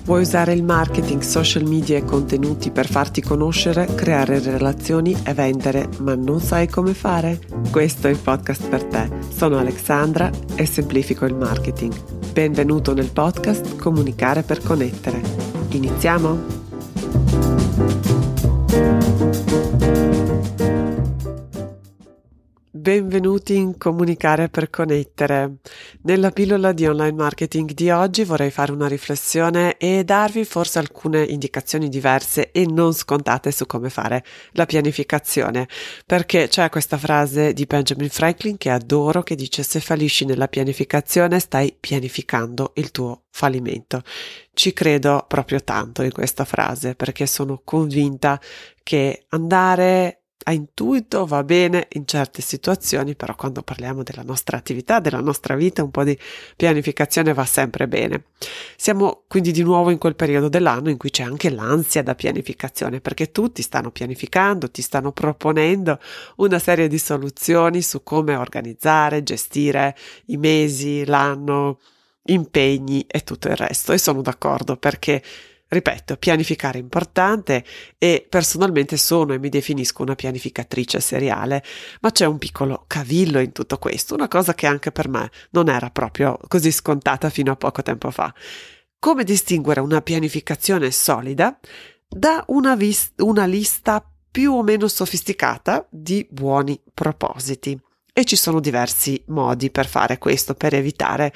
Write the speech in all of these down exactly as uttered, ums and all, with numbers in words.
Vuoi usare il marketing, social media e contenuti per farti conoscere, creare relazioni e vendere, ma non sai come fare? Questo è il podcast per te. Sono Alexandra e semplifico il marketing. Benvenuto nel podcast Comunicare per connettere. Iniziamo? Benvenuti in Comunicare per connettere. Nella pillola di online marketing di oggi vorrei fare una riflessione e darvi forse alcune indicazioni diverse e non scontate su come fare la pianificazione, perché c'è questa frase di Benjamin Franklin che adoro, che dice: se fallisci nella pianificazione stai pianificando il tuo fallimento. Ci credo proprio tanto in questa frase, perché sono convinta che andare a intuito va bene in certe situazioni, però quando parliamo della nostra attività, della nostra vita, un po' di pianificazione va sempre bene. Siamo quindi di nuovo in quel periodo dell'anno in cui c'è anche l'ansia da pianificazione, perché tutti stanno pianificando, ti stanno proponendo una serie di soluzioni su come organizzare, gestire i mesi, l'anno, impegni e tutto il resto. E sono d'accordo, perché ripeto, pianificare è importante e personalmente sono e mi definisco una pianificatrice seriale, ma c'è un piccolo cavillo in tutto questo, una cosa che anche per me non era proprio così scontata fino a poco tempo fa. Come distinguere una pianificazione solida da una, vis- una lista più o meno sofisticata di buoni propositi? E ci sono diversi modi per fare questo, per evitare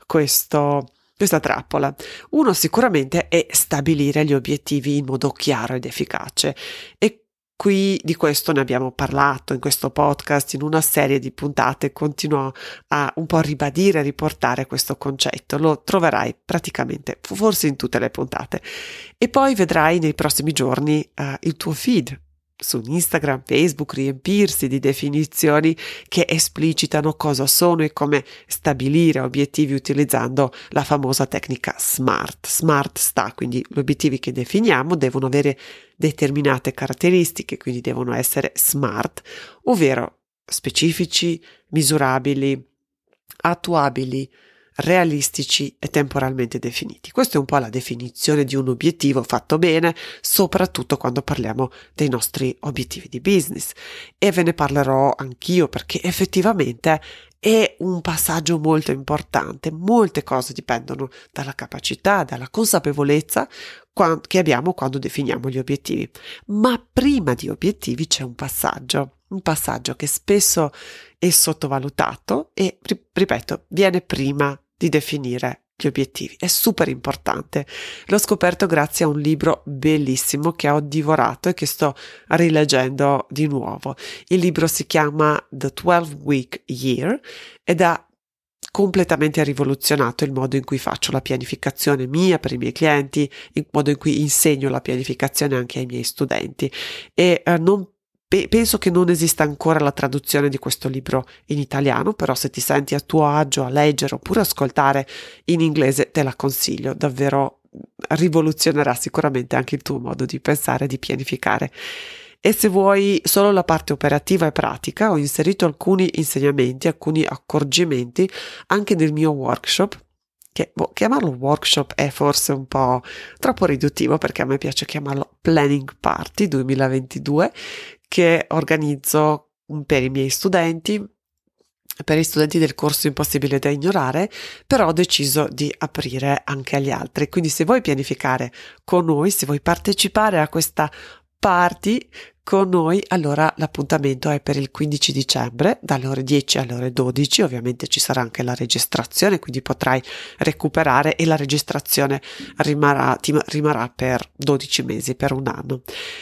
questo Questa trappola. Uno sicuramente è stabilire gli obiettivi in modo chiaro ed efficace, e qui di questo ne abbiamo parlato in questo podcast in una serie di puntate. Continuo a un po' ribadire e riportare questo concetto, lo troverai praticamente forse in tutte le puntate, e poi vedrai nei prossimi giorni uh, il tuo feed su Instagram, Facebook riempirsi di definizioni che esplicitano cosa sono e come stabilire obiettivi utilizzando la famosa tecnica SMART. SMART sta, quindi gli obiettivi che definiamo devono avere determinate caratteristiche, quindi devono essere SMART, ovvero specifici, misurabili, attuabili, realistici e temporalmente definiti. Questa è un po' la definizione di un obiettivo fatto bene, soprattutto quando parliamo dei nostri obiettivi di business, e ve ne parlerò anch'io, perché effettivamente è un passaggio molto importante. Molte cose dipendono dalla capacità, dalla consapevolezza che abbiamo quando definiamo gli obiettivi. Ma prima di obiettivi c'è un passaggio, un passaggio che spesso è sottovalutato e, ripeto, viene prima di definire gli obiettivi. È super importante. L'ho scoperto grazie a un libro bellissimo che ho divorato e che sto rileggendo di nuovo. Il libro si chiama The twelve week year ed ha completamente rivoluzionato il modo in cui faccio la pianificazione mia per i miei clienti, il modo in cui insegno la pianificazione anche ai miei studenti, e eh, non penso che non esista ancora la traduzione di questo libro in italiano, però se ti senti a tuo agio a leggere oppure ascoltare in inglese te la consiglio, davvero rivoluzionerà sicuramente anche il tuo modo di pensare e di pianificare. E se vuoi solo la parte operativa e pratica, ho inserito alcuni insegnamenti, alcuni accorgimenti anche nel mio workshop, che boh, chiamarlo workshop è forse un po' troppo riduttivo, perché a me piace chiamarlo Planning Party duemilaventidue, che organizzo per i miei studenti, per gli studenti del corso Impossibile da ignorare, però ho deciso di aprire anche agli altri. Quindi se vuoi pianificare con noi, se vuoi partecipare a questa party con noi, allora l'appuntamento è per il quindici dicembre dalle ore dieci alle ore dodici. Ovviamente ci sarà anche la registrazione, quindi potrai recuperare, e la registrazione rimarrà, ti rimarrà per dodici mesi, per un anno.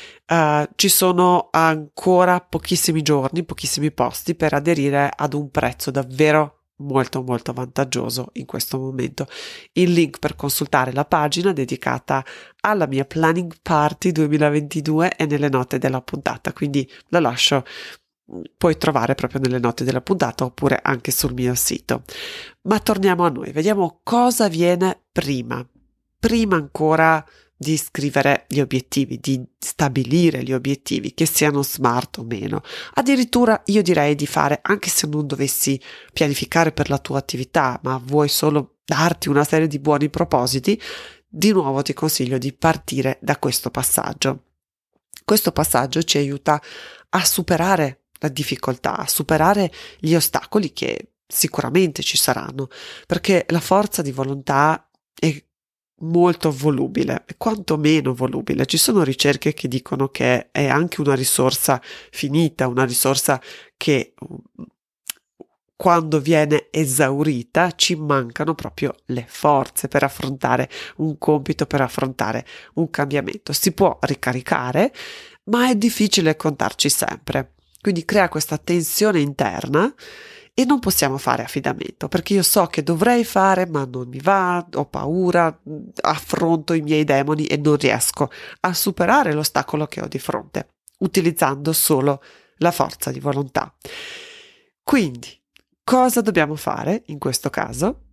Uh, ci sono ancora pochissimi giorni, pochissimi posti per aderire ad un prezzo davvero molto molto vantaggioso in questo momento. Il link per consultare la pagina dedicata alla mia Planning Party duemilaventidue è nelle note della puntata, quindi la lascio, puoi trovare proprio nelle note della puntata oppure anche sul mio sito. Ma torniamo a noi, vediamo cosa viene prima prima ancora di scrivere gli obiettivi, di stabilire gli obiettivi, che siano smart o meno. Addirittura io direi di fare, anche se non dovessi pianificare per la tua attività, ma vuoi solo darti una serie di buoni propositi, di nuovo ti consiglio di partire da questo passaggio. Questo passaggio ci aiuta a superare la difficoltà, a superare gli ostacoli che sicuramente ci saranno, perché la forza di volontà è molto volubile, quantomeno volubile. Ci sono ricerche che dicono che è anche una risorsa finita, una risorsa che quando viene esaurita ci mancano proprio le forze per affrontare un compito, per affrontare un cambiamento. Si può ricaricare, ma è difficile contarci sempre. Quindi crea questa tensione interna e non possiamo fare affidamento, perché io so che dovrei fare, ma non mi va, ho paura, affronto i miei demoni e non riesco a superare l'ostacolo che ho di fronte, utilizzando solo la forza di volontà. Quindi, cosa dobbiamo fare in questo caso?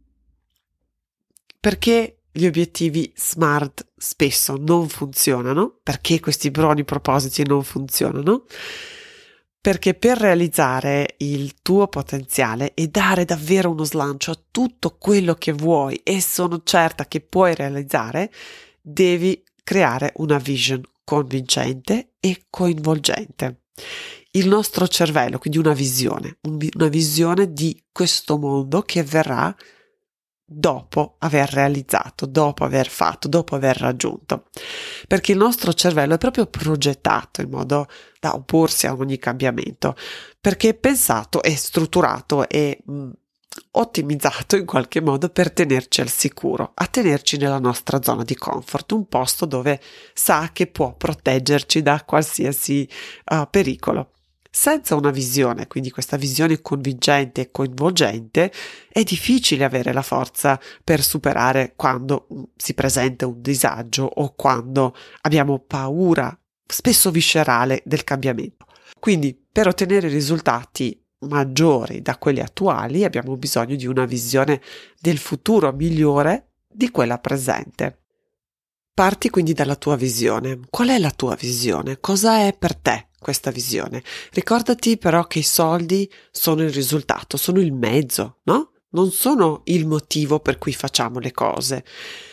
Perché gli obiettivi SMART spesso non funzionano? Perché questi buoni propositi non funzionano? Perché per realizzare il tuo potenziale e dare davvero uno slancio a tutto quello che vuoi e sono certa che puoi realizzare, devi creare una vision convincente e coinvolgente. Il nostro cervello, quindi una visione, una visione di questo mondo che verrà dopo aver realizzato, dopo aver fatto, dopo aver raggiunto. Perché il nostro cervello è proprio progettato in modo da opporsi a ogni cambiamento, perché è pensato e strutturato e mh, ottimizzato in qualche modo per tenerci al sicuro, a tenerci nella nostra zona di comfort, un posto dove sa che può proteggerci da qualsiasi uh, pericolo. Senza una visione, quindi questa visione convincente e coinvolgente, è difficile avere la forza per superare quando si presenta un disagio o quando abbiamo paura, spesso viscerale, del cambiamento. Quindi, per ottenere risultati maggiori da quelli attuali, abbiamo bisogno di una visione del futuro migliore di quella presente. Parti quindi dalla tua visione. Qual è la tua visione? Cosa è per te questa visione? Ricordati però che i soldi sono il risultato, sono il mezzo, no? Non sono il motivo per cui facciamo le cose.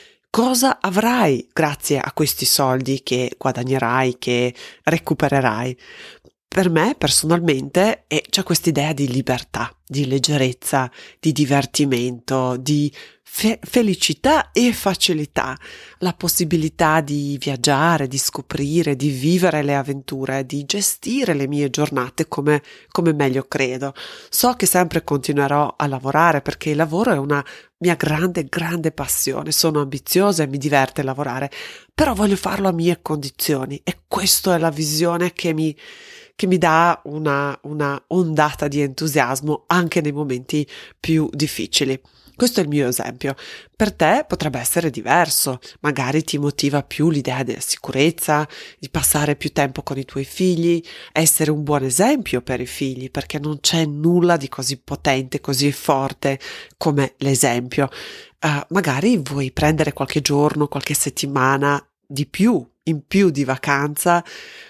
Cosa avrai grazie a questi soldi che guadagnerai, che recupererai? Per me personalmente eh, c'è questa idea di libertà, di leggerezza, di divertimento, di fe- felicità e facilità, la possibilità di viaggiare, di scoprire, di vivere le avventure, di gestire le mie giornate come, come meglio credo. So che sempre continuerò a lavorare perché il lavoro è una mia grande, grande passione, sono ambiziosa e mi diverte lavorare, però voglio farlo a mie condizioni e questa è la visione che mi che mi dà una, una ondata di entusiasmo anche nei momenti più difficili. Questo è il mio esempio. Per te potrebbe essere diverso, magari ti motiva più l'idea della sicurezza, di passare più tempo con i tuoi figli, essere un buon esempio per i figli, perché non c'è nulla di così potente, così forte come l'esempio. Uh, magari vuoi prendere qualche giorno, qualche settimana di più, in più di vacanza,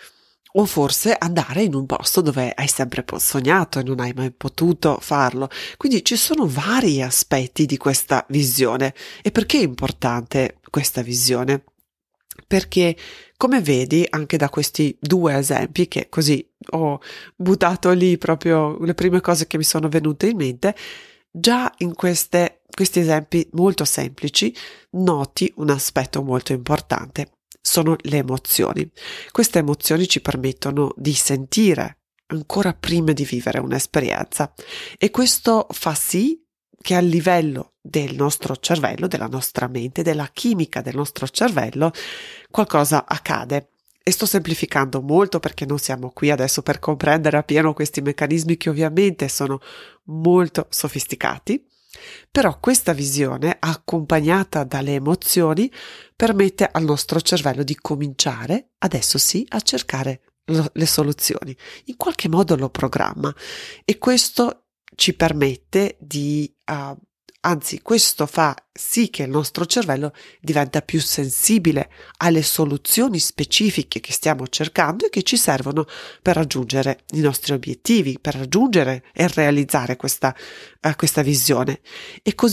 o forse andare in un posto dove hai sempre sognato e non hai mai potuto farlo. Quindi ci sono vari aspetti di questa visione. E perché è importante questa visione? Perché, come vedi, anche da questi due esempi che così ho buttato lì proprio le prime cose che mi sono venute in mente, già in queste, questi esempi molto semplici noti un aspetto molto importante. Sono le emozioni. Queste emozioni ci permettono di sentire ancora prima di vivere un'esperienza e questo fa sì che a livello del nostro cervello, della nostra mente, della chimica del nostro cervello, qualcosa accade. E sto semplificando molto perché non siamo qui adesso per comprendere appieno questi meccanismi che ovviamente sono molto sofisticati. Però questa visione, accompagnata dalle emozioni, permette al nostro cervello di cominciare, adesso sì, a cercare lo, le soluzioni. In qualche modo lo programma e questo ci permette di, uh, anzi, questo fa sì che il nostro cervello diventa più sensibile alle soluzioni specifiche che stiamo cercando e che ci servono per raggiungere i nostri obiettivi, per raggiungere e realizzare questa, uh, questa visione. E così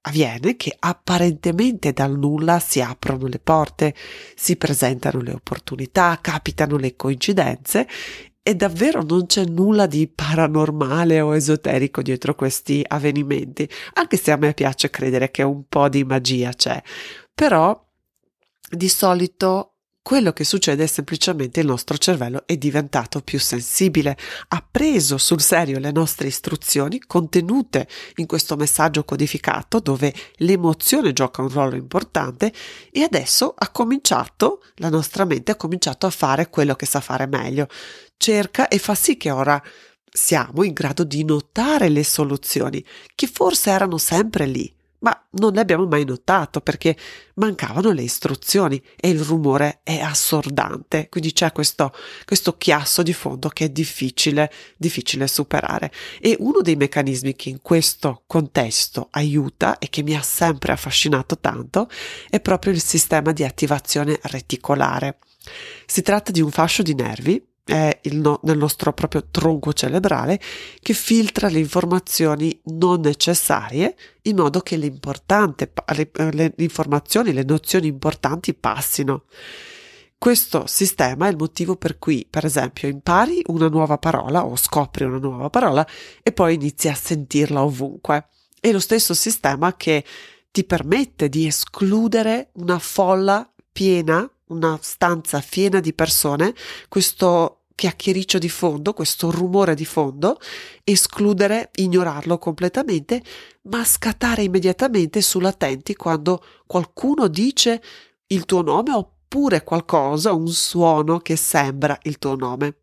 avviene che apparentemente dal nulla si aprono le porte, si presentano le opportunità, capitano le coincidenze e davvero non c'è nulla di paranormale o esoterico dietro questi avvenimenti, anche se a me piace credere che un po' di magia c'è. Però di solito quello che succede è semplicemente il nostro cervello è diventato più sensibile, ha preso sul serio le nostre istruzioni contenute in questo messaggio codificato dove l'emozione gioca un ruolo importante e adesso ha cominciato, la nostra mente ha cominciato a fare quello che sa fare meglio, cerca e fa sì che ora siamo in grado di notare le soluzioni che forse erano sempre lì, ma non le abbiamo mai notato perché mancavano le istruzioni e il rumore è assordante, quindi c'è questo, questo chiasso di fondo che è difficile, difficile superare. E uno dei meccanismi che in questo contesto aiuta e che mi ha sempre affascinato tanto è proprio il sistema di attivazione reticolare. Si tratta di un fascio di nervi è il no, nel nostro proprio tronco cerebrale che filtra le informazioni non necessarie in modo che l'importante, le, le informazioni, le nozioni importanti passino. Questo sistema è il motivo per cui, per esempio, impari una nuova parola o scopri una nuova parola e poi inizi a sentirla ovunque. È lo stesso sistema che ti permette di escludere una folla piena, una stanza piena di persone, questo chiacchiericcio di fondo, questo rumore di fondo, escludere, ignorarlo completamente, ma scattare immediatamente sull'attenti quando qualcuno dice il tuo nome oppure qualcosa, un suono che sembra il tuo nome.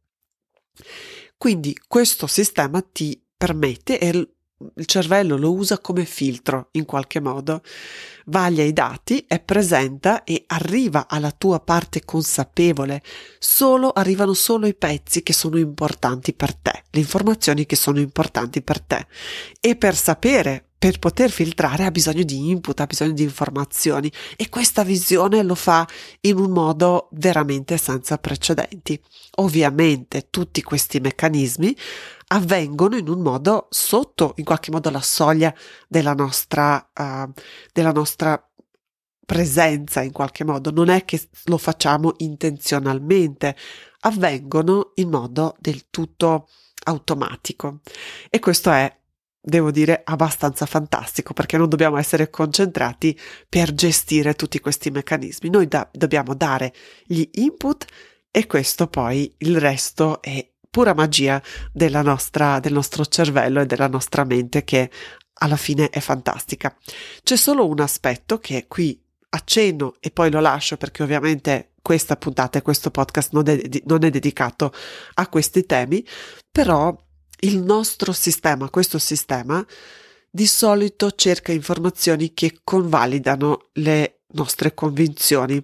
Quindi questo sistema ti permette e il cervello lo usa come filtro in qualche modo, vaglia i dati e presenta e arriva alla tua parte consapevole, solo arrivano solo i pezzi che sono importanti per te, le informazioni che sono importanti per te e per sapere, per poter filtrare ha bisogno di input, ha bisogno di informazioni e questa visione lo fa in un modo veramente senza precedenti. Ovviamente tutti questi meccanismi avvengono in un modo sotto, in qualche modo, la soglia della nostra, uh, della nostra presenza, in qualche modo. Non è che lo facciamo intenzionalmente, avvengono in modo del tutto automatico. E questo è, devo dire, abbastanza fantastico perché non dobbiamo essere concentrati per gestire tutti questi meccanismi. Noi da- dobbiamo dare gli input e questo poi, il resto è pura magia della nostra, del nostro cervello e della nostra mente che alla fine è fantastica. C'è solo un aspetto che qui accenno e poi lo lascio perché ovviamente questa puntata e questo podcast non è, non è dedicato a questi temi, però il nostro sistema, questo sistema, di solito cerca informazioni che convalidano le nostre convinzioni.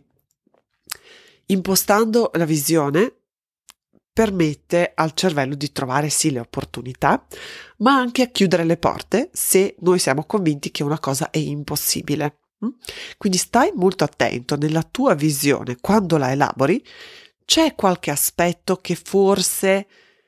Impostando la visione permette al cervello di trovare sì le opportunità, ma anche a chiudere le porte se noi siamo convinti che una cosa è impossibile. Quindi stai molto attento nella tua visione, quando la elabori, c'è qualche aspetto che forse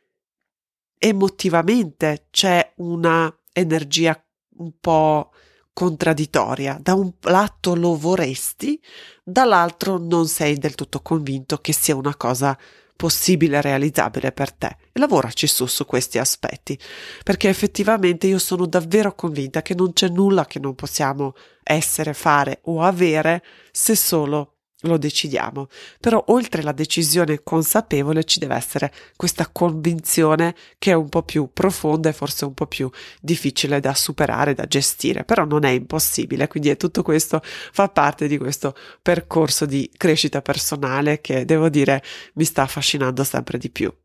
emotivamente c'è una energia un po' contraddittoria. Da un lato lo vorresti, dall'altro non sei del tutto convinto che sia una cosa possibile e realizzabile per te. E lavoraci su su questi aspetti, perché effettivamente io sono davvero convinta che non c'è nulla che non possiamo essere, fare o avere se solo lo decidiamo. Però oltre la decisione consapevole ci deve essere questa convinzione che è un po' più profonda e forse un po' più difficile da superare, da gestire, però non è impossibile, quindi è tutto questo fa parte di questo percorso di crescita personale che devo dire mi sta affascinando sempre di più.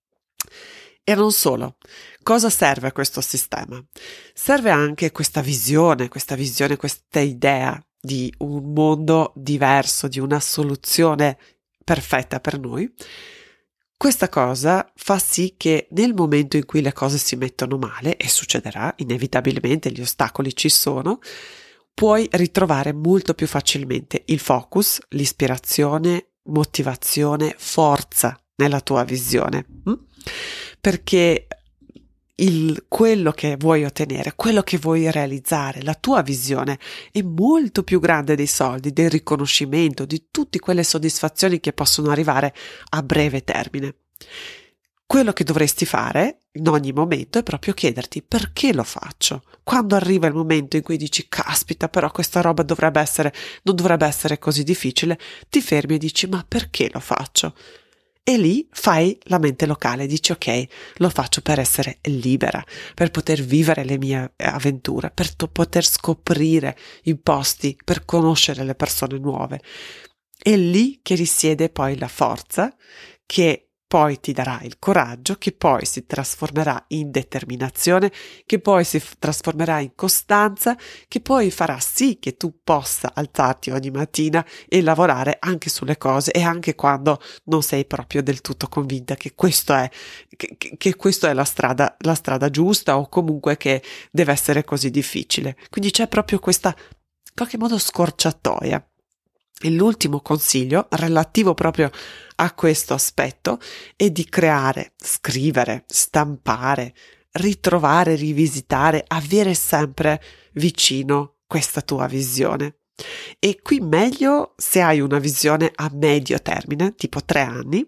E non solo. Cosa serve a questo sistema? Serve anche questa visione, questa visione, questa idea di un mondo diverso, di una soluzione perfetta per noi. Questa cosa fa sì che nel momento in cui le cose si mettono male, e succederà inevitabilmente, gli ostacoli ci sono, puoi ritrovare molto più facilmente il focus, l'ispirazione, motivazione, forza nella tua visione. Perché il, quello che vuoi ottenere, quello che vuoi realizzare, la tua visione è molto più grande dei soldi, del riconoscimento, di tutte quelle soddisfazioni che possono arrivare a breve termine. Quello che dovresti fare in ogni momento è proprio chiederti perché lo faccio. Quando arriva il momento in cui dici caspita, però questa roba dovrebbe essere, non dovrebbe essere così difficile, ti fermi e dici ma perché lo faccio? E lì fai la mente locale, dici ok, lo faccio per essere libera, per poter vivere le mie avventure, per to- poter scoprire i posti, per conoscere le persone nuove. È lì che risiede poi la forza, che poi ti darà il coraggio, che poi si trasformerà in determinazione, che poi si f- trasformerà in costanza, che poi farà sì che tu possa alzarti ogni mattina e lavorare anche sulle cose e anche quando non sei proprio del tutto convinta che questo è, che, che, che questo è la strada, la strada giusta o comunque che deve essere così difficile. Quindi c'è proprio questa, in qualche modo, scorciatoia. E l'ultimo consiglio relativo proprio a questo aspetto è di creare, scrivere, stampare, ritrovare, rivisitare, avere sempre vicino questa tua visione. E qui meglio se hai una visione a medio termine, tipo tre anni,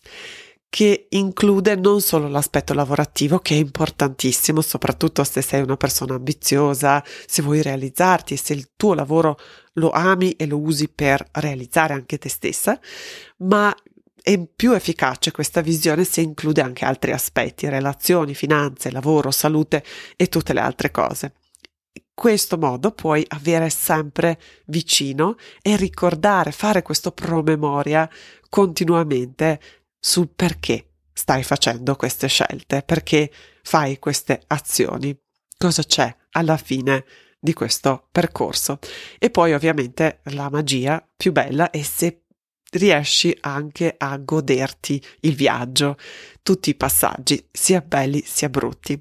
che include non solo l'aspetto lavorativo, che è importantissimo, soprattutto se sei una persona ambiziosa, se vuoi realizzarti e se il tuo lavoro lo ami e lo usi per realizzare anche te stessa, ma è più efficace questa visione se include anche altri aspetti, relazioni, finanze, lavoro, salute e tutte le altre cose. In questo modo puoi avere sempre vicino e ricordare, fare questo promemoria continuamente sul perché stai facendo queste scelte, perché fai queste azioni, cosa c'è alla fine di questo percorso. E poi ovviamente la magia più bella è se riesci anche a goderti il viaggio, tutti i passaggi, sia belli sia brutti.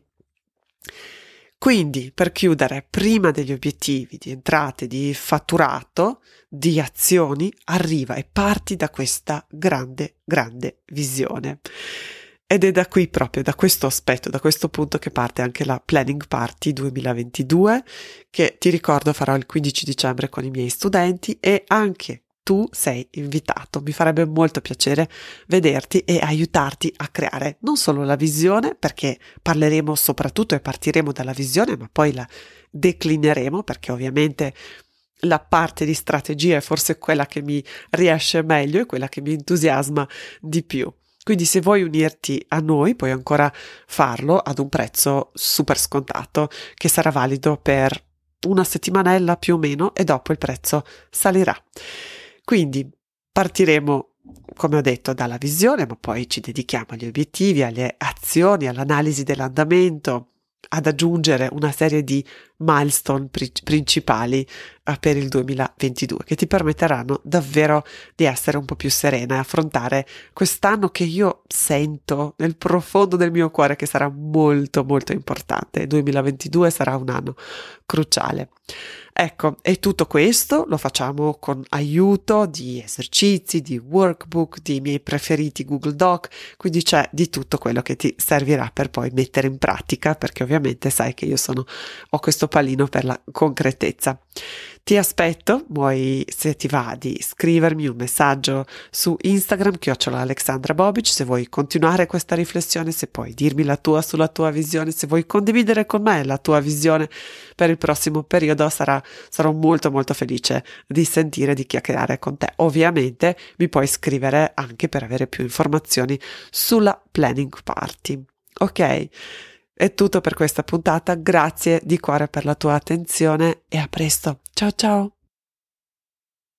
Quindi, per chiudere, prima degli obiettivi di entrate, di fatturato, di azioni, arriva e parti da questa grande, grande visione. Ed è da qui proprio, da questo aspetto, da questo punto che parte anche la Planning Party duemilaventidue, che ti ricordo farò il quindici dicembre con i miei studenti e anche tu sei invitato. Mi farebbe molto piacere vederti e aiutarti a creare non solo la visione, perché parleremo soprattutto e partiremo dalla visione, ma poi la declineremo, perché ovviamente la parte di strategia è forse quella che mi riesce meglio e quella che mi entusiasma di più. Quindi se vuoi unirti a noi puoi ancora farlo ad un prezzo super scontato che sarà valido per una settimanella più o meno e dopo il prezzo salirà. Quindi partiremo, come ho detto, dalla visione, ma poi ci dedichiamo agli obiettivi, alle azioni, all'analisi dell'andamento, ad aggiungere una serie di milestone pri- principali uh, per il duemilaventidue che ti permetteranno davvero di essere un po' più serena e affrontare quest'anno che io sento nel profondo del mio cuore che sarà molto molto importante. Il duemilaventidue sarà un anno cruciale. Ecco, e tutto questo lo facciamo con aiuto di esercizi, di workbook, di miei preferiti Google Doc, quindi c'è di tutto quello che ti servirà per poi mettere in pratica, perché ovviamente sai che io sono, ho questo pallino per la concretezza. Ti aspetto, vuoi, se ti va, di scrivermi un messaggio su Instagram, chiocciola Alexandra Bobic, se vuoi continuare questa riflessione, se puoi dirmi la tua sulla tua visione, se vuoi condividere con me la tua visione per il prossimo periodo, sarà, sarò molto molto felice di sentire, di chiacchierare con te. Ovviamente mi puoi scrivere anche per avere più informazioni sulla Planning Party. Ok? È tutto per questa puntata, grazie di cuore per la tua attenzione e a presto. Ciao ciao!